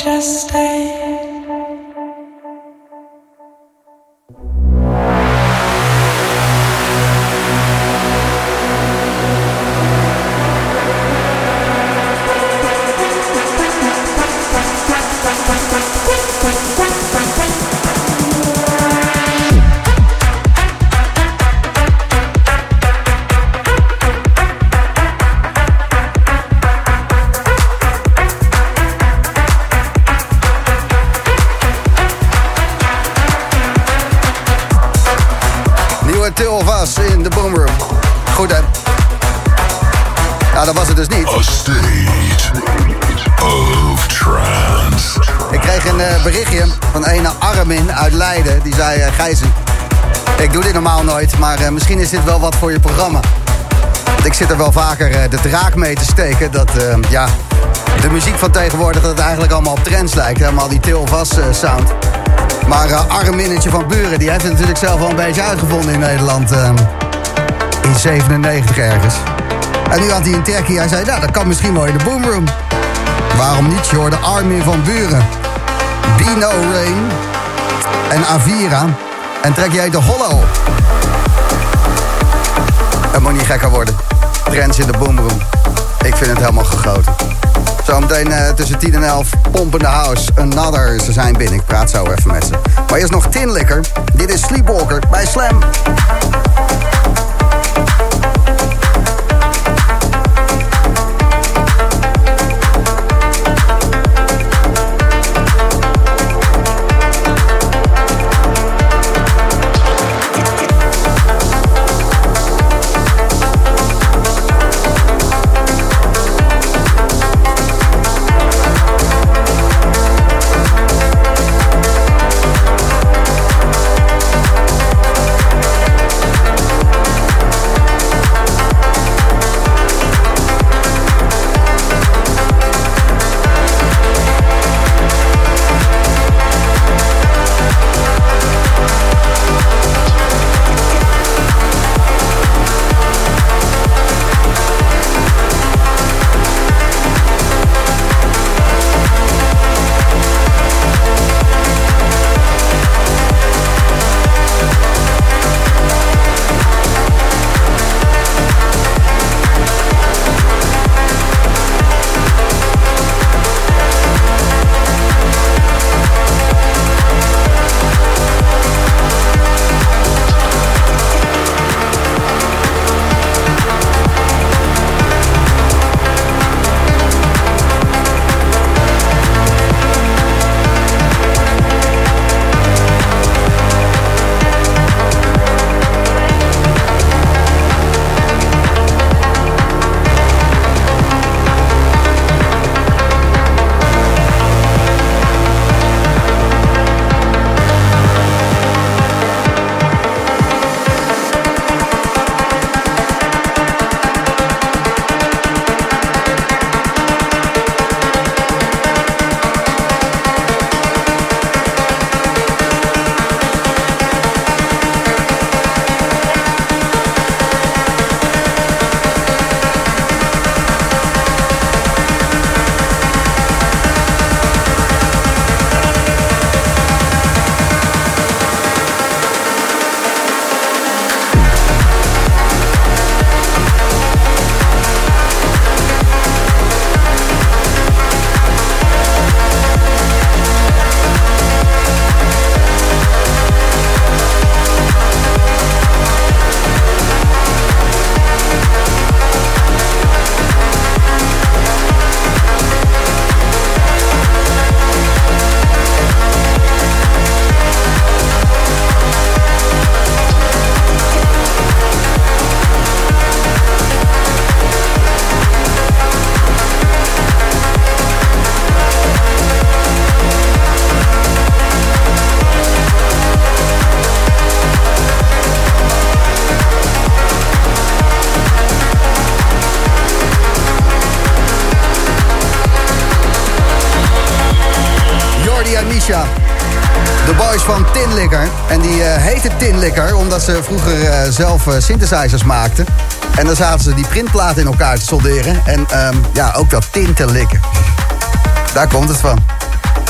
just stay? In de Boomroom. Goed, hè? Nou, dat was het dus niet. A state of trance. Ik kreeg een uh, berichtje van een Armin uit Leiden. Die zei, uh, Gijzen, ik doe dit normaal nooit, maar uh, misschien is dit wel wat voor je programma. Want ik zit er wel vaker uh, de draak mee te steken. Dat, uh, ja, de muziek van tegenwoordig, dat het eigenlijk allemaal op trends lijkt. Helemaal die Til Vas uh, sound. Maar uh, Arminnetje van Buren, die heeft het natuurlijk zelf wel een beetje uitgevonden in Nederland. Uh, in zevenennegentig ergens. En nu had hij een trekkie. Hij zei, nou, dat kan misschien wel in de Boomroom. Waarom niet? Je hoorde Armin van Buren. Bino Rain. En Avira. En trek jij de Hollow. Het moet niet gekker worden. Trends in de Boomroom. Ik vind het helemaal gegoten. Zometeen uh, tussen tien en elf, Pompende House, Another. Ze zijn binnen, ik praat zo even met ze. Maar eerst nog Tin Licker. Dit is Sleepwalker bij Slam. Misha. De boys van Tin Licker. En die uh, heten Tin Licker omdat ze vroeger uh, zelf uh, synthesizers maakten. En dan zaten ze die printplaten in elkaar te solderen. En um, ja, ook dat tin te likken. Daar komt het van.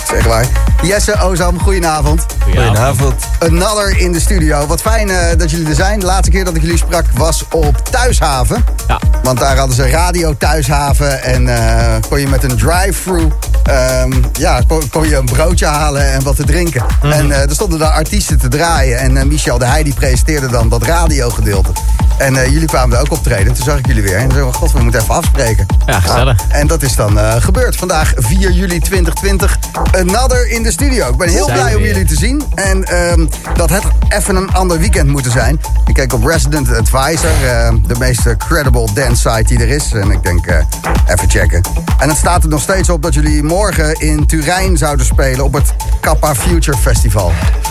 Zeg maar. Jesse, Ozan, goedenavond. Goedenavond. Another in de studio. Wat fijn uh, dat jullie er zijn. De laatste keer dat ik jullie sprak was op Thuishaven. Ja. Want daar hadden ze Radio Thuishaven. En uh, kon je met een drive-thru... Um, ja, kon, kon je een broodje halen en wat te drinken. Mm-hmm. En uh, er stonden daar artiesten te draaien. En uh, Michel de Heij die presenteerde dan dat radiogedeelte. En uh, jullie kwamen er ook optreden. Toen zag ik jullie weer. En toen zei ik, god, we moeten even afspreken. Ja, gezellig. Ja, en dat is dan uh, gebeurd. Vandaag vier juli twintig twintig. Another in de studio. Ik ben heel Zijn blij om weer. jullie te zien. En um, dat het even een ander weekend moeten zijn. Ik kijk op Resident Advisor. Uh, de meest uh, credible dance site die er is. En ik denk, uh, even checken. En het staat er nog steeds op dat jullie morgen in Turijn zouden spelen op het Kappa Future Festival.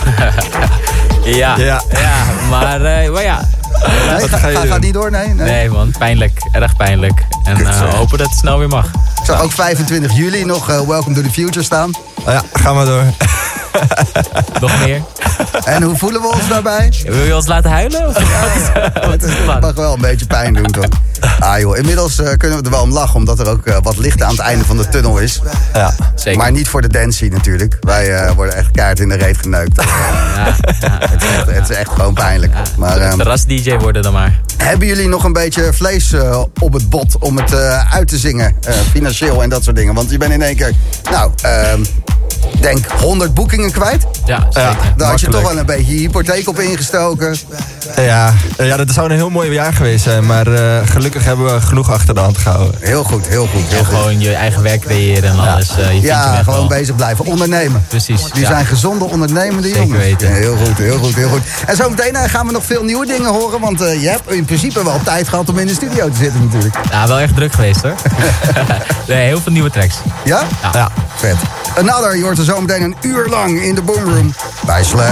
Ja, ja. ja maar, uh, maar ja. Nee, Wat ga, ga je ga, doen? gaat niet door? Nee, nee. Nee man, pijnlijk. Erg pijnlijk. En uh, hopen dat het snel weer mag. Ik zag ook vijfentwintig juli nog uh, Welcome to the Future staan. Oh ja, ga maar door. Nog meer? En hoe voelen we ons daarbij? Wil je ons laten huilen? Of Ja, ja. wat is het plan? Het mag wel een beetje pijn doen, toch? Ah joh, inmiddels uh, kunnen we er wel om lachen, omdat er ook uh, wat licht aan het einde van de tunnel is. Ja. Zeker. Maar niet voor de dance natuurlijk. Wij uh, worden echt keihard in de reet geneukt. Ja, ja. Het is echt, het is echt gewoon pijnlijk. Ja, Maar, um, terras-D J worden dan maar. hebben jullie nog een beetje vlees uh, op het bot om het uh, uit te zingen? Uh, financieel en dat soort dingen. Want je bent in één keer, nou, uh, denk honderd boekingen kwijt. Ja, zeker. Ja. Daar had je Makkelijk. toch wel een beetje hypotheek op ingestoken. Ja, ja, dat zou een heel mooi jaar geweest zijn. Maar uh, gelukkig hebben we genoeg achter de hand gehouden. Heel goed, heel goed. Heel En goed. gewoon je eigen werk creëren en alles. Uh, je vindt je Ja, weg gewoon wel. bezig blijven. Ondernemen. Precies. Die ja. zijn gezonde ondernemende Zeker jongens. weten. Ja, heel goed, heel goed, heel goed. En zometeen uh, gaan we nog veel nieuwe dingen horen. Want uh, je hebt in principe wel tijd gehad om in de studio te zitten natuurlijk. Ja, wel echt druk geweest hoor. Nee, heel veel nieuwe tracks. Ja? Ja. Ja. Vet. Another, je hoort er zometeen een uur lang in de Boomroom bij Slam.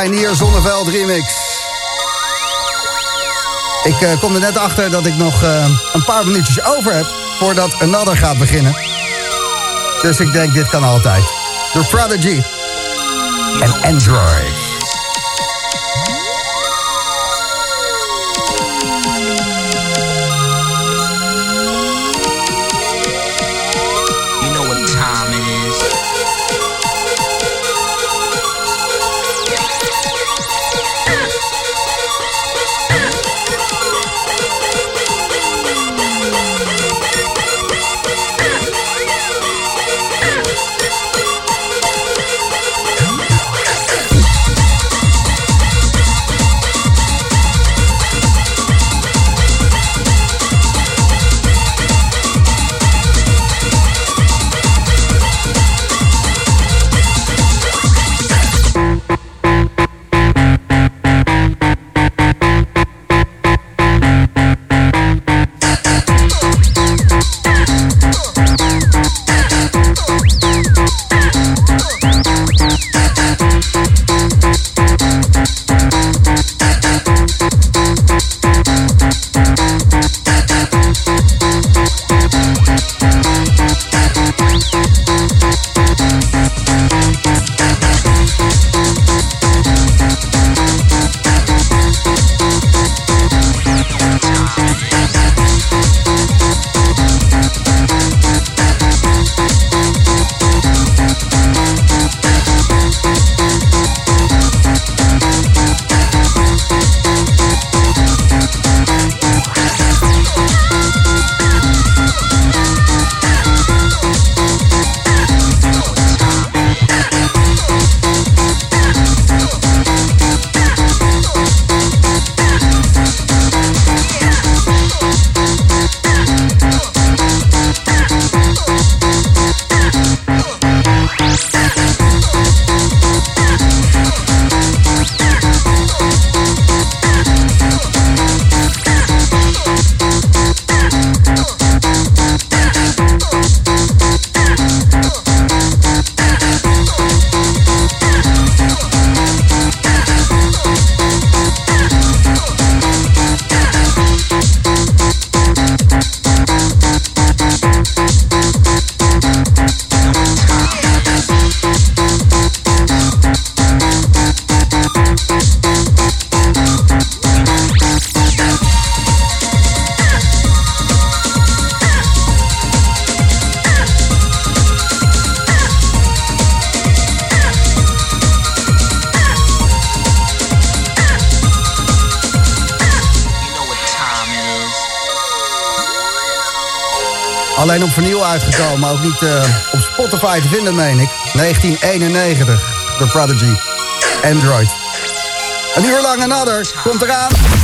Reinier Zonneveld remix. Ik uh, kom er net achter dat ik nog uh, een paar minuutjes over heb voordat Another gaat beginnen. Dus ik denk, dit kan altijd. Door Prodigy en Android. Alleen op vinyl uitgekomen, ook niet uh, op Spotify te vinden, meen ik. negentien eenennegentig, door Prodigy, Android. Een uur lang Another, komt eraan.